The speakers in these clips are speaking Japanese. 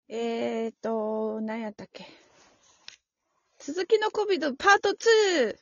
何やったっけ。続きのコビドパート2。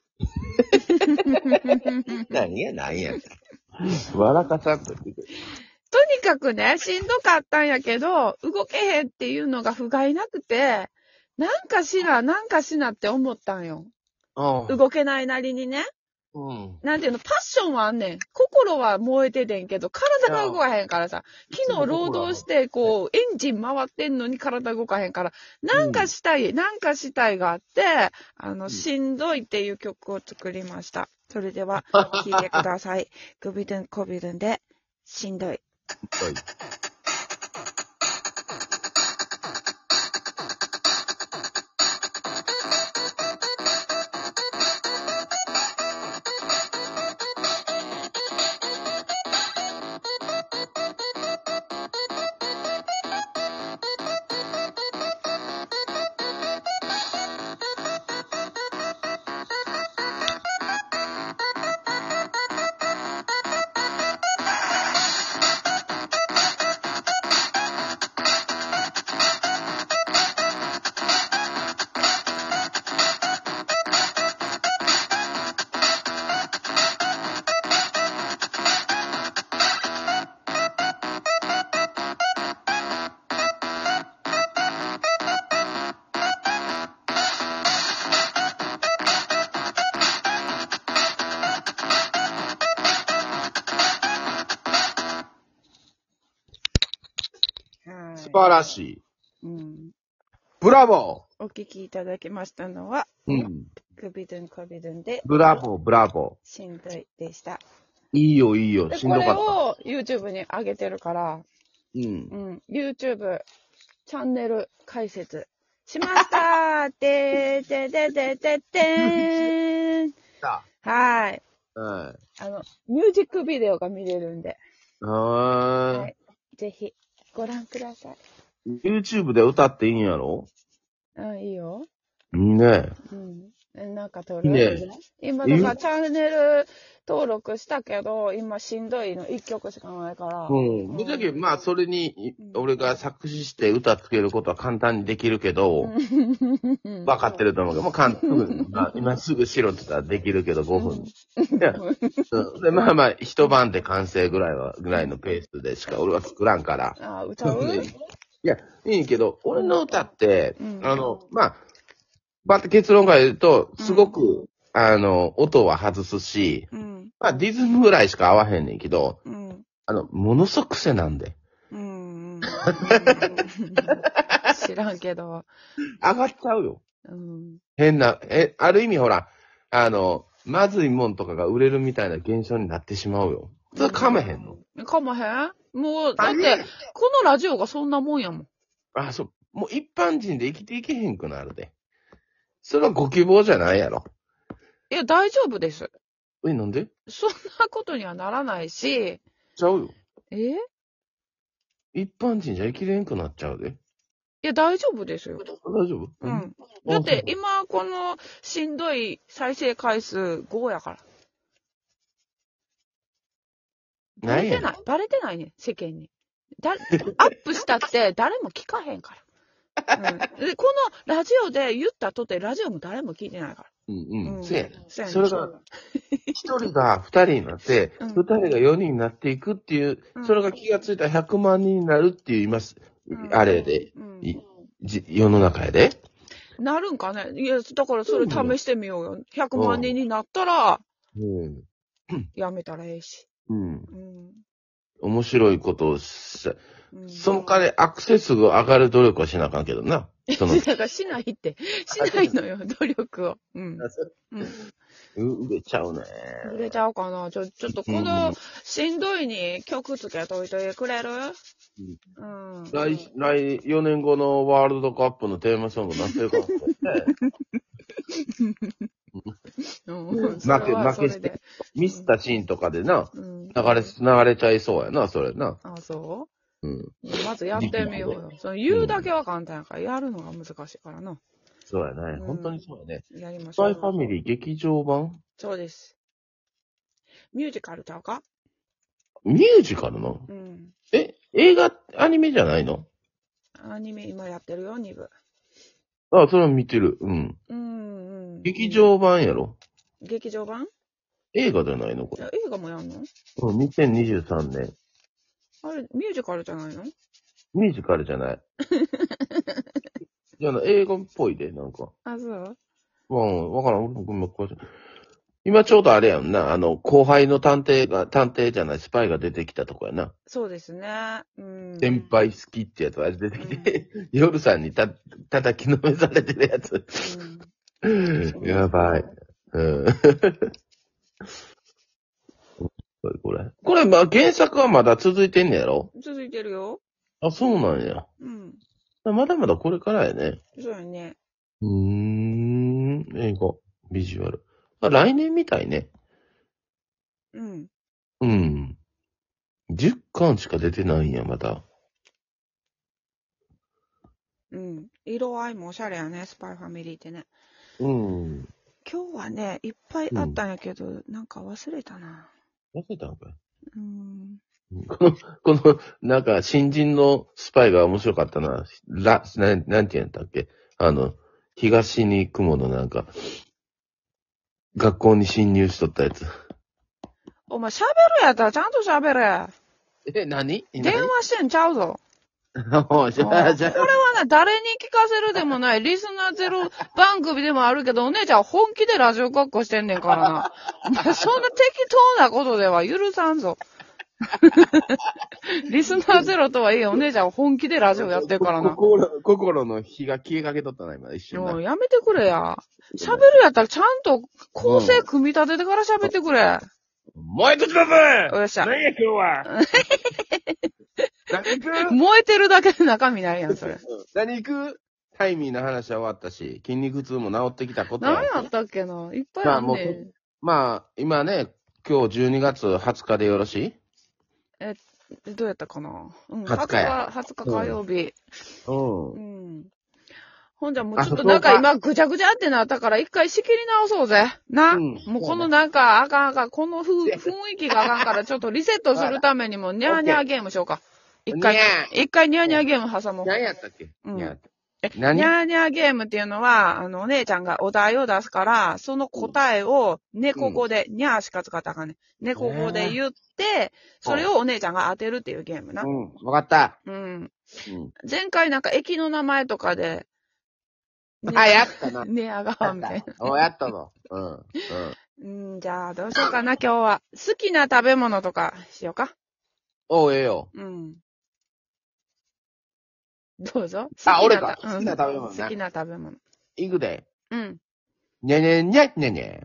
何やなんや。笑かさんと言って。 とにかくね、しんどかったんやけど、動けへんっていうのが不甲斐なくて、なんかしなって思ったんよ。動けないなりにね。 うん。 なんていうの、パッションはあんねん。心は燃えててんけど、体が動かへんからさ、昨日労働して、こう、エンジン回ってんのに体動かへんから、なんかしたいがあって、しんどいっていう曲を作りました。それでは、聴いてください。グビドゥンコビドゥンで、しんどい。 はい。素晴らしい。 うん。 ブラボお聴きいただきましたのは、 ー。うん。 グビドゥンコビドゥンで、 ブラボー、ブラボしんどいでした。 ー。いいよ、いいよ。 で、 しんどかった。 これを YouTube に上げてるから、 うん。 うん、YouTube チャンネル開設しましたてーてててててーん。はい。 はい。 ミュージックビデオが見れるんで。ははい。 い。ぜひ、ご覧ください。 YouTube で歌っていいんやろ？ うん、いいよ。 いいね。 うん。なんか撮いいる？ ね。 今、だからチャンネル登録したけど、今しんどいの1曲しかないから。 うん。ぶっちゃけ、まあ、それに、俺が作詞して歌つけることは簡単にできるけど、分かってると思うけど、もうすぐ、まあ、今すぐしろって言ったらできるけど、5分。いや、うん。で、まあまあ、一晩で完成ぐらいのペースでしか俺は作らんから。 あ、歌う？ いや、いいけど、俺の歌って、 うんまあ、バッて結論から言うと、すごく、音は外すし、 うん。 まあ、リズムぐらいしか合わへんねんけど、 うん。 ものすごく癖なんで。 知らんけど。 上がっちゃうよ。 うん。 変な、ある意味ほら、まずいもんとかが売れるみたいな現象になってしまうよ。それ噛めへんの？ 噛まへん？もう、だって、このラジオがそんなもんやもん。 あ、そう。もう一般人で生きていけへんくなるで。それはご希望じゃないやろ。 いや、大丈夫です。 なんで？ そんなことにはならないし。 ちゃうよ。 一般人じゃ生きれんくなっちゃうで。 いや、大丈夫ですよ。 大丈夫？ うん。だって、今、この、しんどい再生回数5やから。バレてないね、世間に。アップしたって誰も聞かへんから。うん。で、このラジオで言ったとて、ラジオも誰も聞いてないから。 そうやね。それが、一人が二人になって、二人が4人になっていくっていう、それが気がついたら100万人になるっていう、あれで、世の中やで。なるんかね？いや、だからそれ試してみようよ。100万人になったら、やめたらええし。 面白いことをその代わりアクセスが上がる努力はしなあかんけどな。 だからしないのよ、努力を。 売れちゃうね。 売れちゃうかな。ちょっとこのしんどいに曲つけといてくれる？ 4年後のワールドカップのテーマソングになってるかもしれない。負けして、ミスったシーンとかでな、流れちゃいそうやな、それな。 あ、そう？まずやってみようよ。言うだけは簡単やから、やるのが難しいからな。 そうやね。本当にそうやね。 やりましょう。 スパイファミリー劇場版？ そうです。ミュージカルちゃうか？ ミュージカルの？映画、アニメじゃないの？ アニメ今やってるよ、2部。 あ、それは見てる。うん。劇場版やろ。 劇場版？ 映画じゃないのこれ。 映画もやんの？ うん、2023年。 あれ、ミュージカルじゃないの？ ミュージカルじゃない。いや、映画っぽいで、なんか。 あ、そう？ うん、わからん。僕も詳しい。今ちょうどあれやんな。後輩の探偵じゃない、スパイが出てきたとこやな。 そうですね。 先輩好きってやつが出てきて、夜さんに叩きのめされてるやつ。やばい。これ、まあ、原作はまだ続いてんねやろ？ 続いてるよ。 あ、そうなんや。まだまだこれからやね。 そうやね。 映画、ビジュアル。来年みたいね。10巻しか出てないんや、まだ。 色合いもおしゃれやね、スパイファミリーってね。今日はね、いっぱいあったんやけど、なんか忘れたな。 忘れたのかい？なんか、新人のスパイが面白かったな。なんて言うんだっけ？東に雲のなんか、学校に侵入しとったやつ。 お前喋るやったらちゃんと喋れ。 何？ 電話してんちゃうぞ。 これはね、誰に聞かせるでもない、リスナーゼロ番組でもあるけど、お姉ちゃん本気でラジオごっこしてんねんからな。お前そんな適当なことでは許さんぞ。リスナーゼロとはいえ、お姉ちゃん本気でラジオやってるからな。 心の火が消えかけとったな、今、一瞬。 もうやめてくれや。喋るやったらちゃんと構成組み立ててから喋ってくれ。 燃えてきたぜ！ よっしゃ。 何や今日は。何行く？ 燃えてるだけで中身ないやん、それ。 何行く？タイミーの話は終わったし、筋肉痛も治ってきたことや。 何やったっけな？いっぱいあんね。 まあ、今ね、今日12月20日でよろしい？ どうやったかな ？20日や。 20日火曜日。ほんじゃもうちょっとなんか今ぐちゃぐちゃってなったから一回仕切り直そうぜ。な。もうこのなんかあかん、この雰囲気があかんからちょっとリセットするためにもニャーニャーゲームしようか。一回ニャーニャーゲーム挟もう。 何やったっけ？ ニャーニャーゲームっていうのは、お姉ちゃんがお題を出すから、その答えを猫語で、ニャーしか使ったらあかんね。猫語で言って、それをお姉ちゃんが当てるっていうゲームな。 わかった。 前回なんか駅の名前とかで、 やったな。 寝上がんみたいな。やったの。 じゃあ、どうしようかな、今日は。好きな食べ物とかしようか。 ええよ。 どうぞ。 俺か。好きな食べ物な。 好きな食べ物。 いくで。にゃにゃにゃにゃにゃ。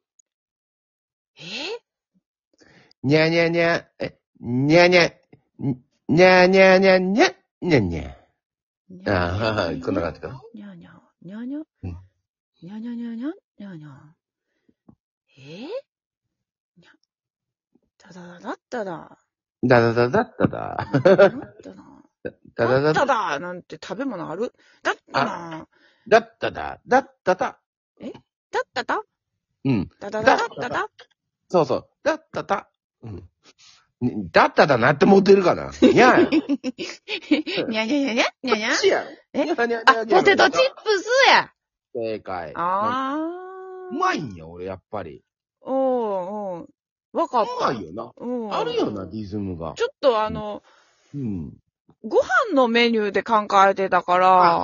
にゃにゃにゃ、にゃにゃ、にゃにゃにゃにゃ、にゃにゃ。こんな感じかな。 にゃにゃ、にゃにゃ、にゃにゃにゃにゃ、にゃにゃ。だだだだっただ。 だだだだっただ。 だっただなんて食べ物ある？だったな。 だっただ、だっただ。 だっただ？だだだだっただ。 そうそう。だっただ。だっただなって持ってるかな？にゃー。 にゃにゃにゃにゃにゃにゃ。 ポテトチップスや。 正解。うまいんや、俺、やっぱり。 わかった。 うまいよな。あるよな、リズムが。 ちょっとご飯のメニューで考えてたから、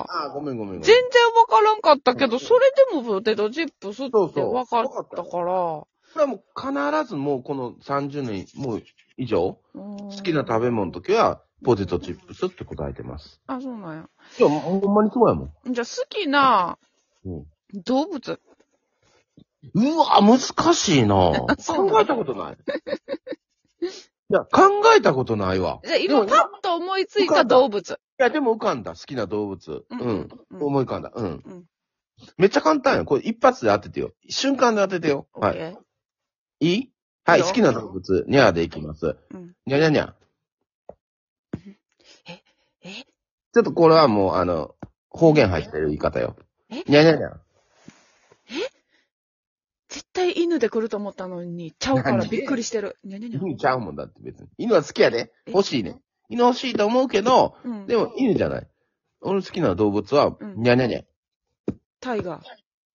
ごめん。 全然わからんかったけど、それでもポテトチップスってわかったから。 これはもう必ずもうこの30年、もう以上、好きな食べ物の時は、ポテトチップスって答えてます。 あ、そうなんや。 いや、ほんまにそうやもん。 じゃあ好きな動物。 うわ、難しいな考えたことない。いや、考えたことないわ。 じゃあ今パッと思いついた動物。 いや、でも浮かんだ。好きな動物。思い浮かんだ。めっちゃ簡単や。これ一発で当ててよ。瞬間で当ててよ。はい。いい？はい、好きな動物。にゃーでいきます。にゃにゃにゃ。ちょっとこれはもう、方言入ってる言い方よ。にゃにゃにゃ。 絶対犬で来ると思ったのに、ちゃうからびっくりしてる。にゃにゃにゃ。 犬ちゃうもんだって別に。犬は好きやで。欲しいね。犬欲しいと思うけど、でも犬じゃない。 俺好きな動物は、 うんにゃにゃにゃ。 タイガー。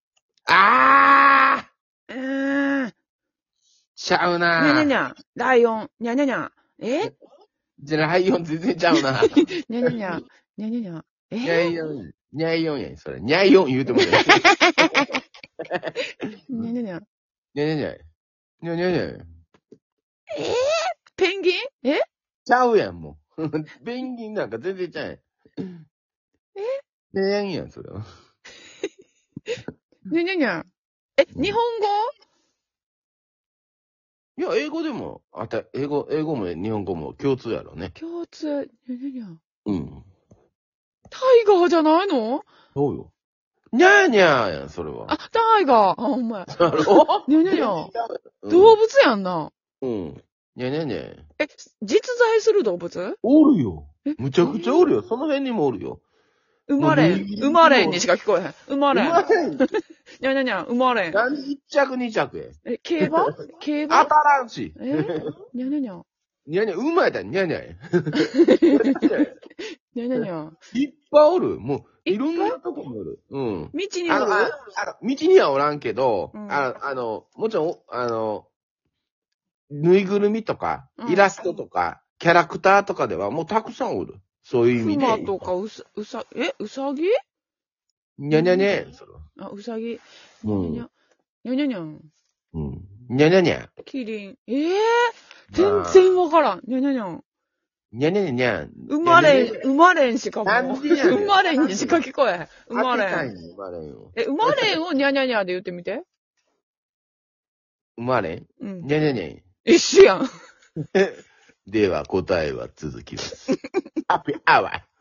あーちゃうにゃにゃなにゃ。ライオン。にゃにゃにゃ。えじゃ、ライオン全然ちゃうな。 にゃにゃにゃ。にゃにゃにゃ。 にゃいよん。にゃいよんやん、それ。にゃいよん言うてもね。 にゃにゃにゃ。 にゃにゃにゃ。にゃにゃにゃ。 ペンギンちゃうやん、もう。ペンギンなんか全然ちゃうやん。ペンやん、それは。 にゃにゃにゃ。日本語いや、英語でも、英語も日本語も共通やろね。 共通。にゃにゃにゃ。 うん。 タイガーじゃないのそうよ。にゃーにゃーやん、それは。 あ、タイガー。あ、ほんまや。 だろにゃにゃにゃ。 うん動物やんな。 うん。にゃにゃにゃ。 実在する動物おるよ。 えむちゃくちゃおるよ。その辺にもおるよ。 生まれん。 もう生まれんにしか聞こえへん。生まれん。 生まれん。 にゃにゃにゃ、生まれん。 なんで一着二着や。 競馬競当馬たらんし。 にゃにゃにゃ。 にゃにゃ、うまいだ、にゃにゃや。 にゃにゃにゃ。 いっぱいおる。もう、 いっぱいいろんなとこにおる。うん。 道におる道にはおらんけど、 うんもちろん、ぬいぐるみとか、 うんイラストとか、キャラクターとかではもうたくさんおる。そういう意味で。 熊とかうさぎにゃにゃにゃ。それはあ、うさぎ。 うんにゃにゃにゃにゃ。 うん。にゃにゃにゃ。 キリン。全然わからん。にゃにゃにゃ。 にゃにゃにゃ。 生まれんしかも。 なんでやねん生まれんにしか聞こえへん。生まれん。 生まれんよ。 生まれんをにゃにゃにゃで言ってみて。 生まれんうん。 にゃにゃにゃ。 一緒やん。 では答えは続きます。ハッピーアワー。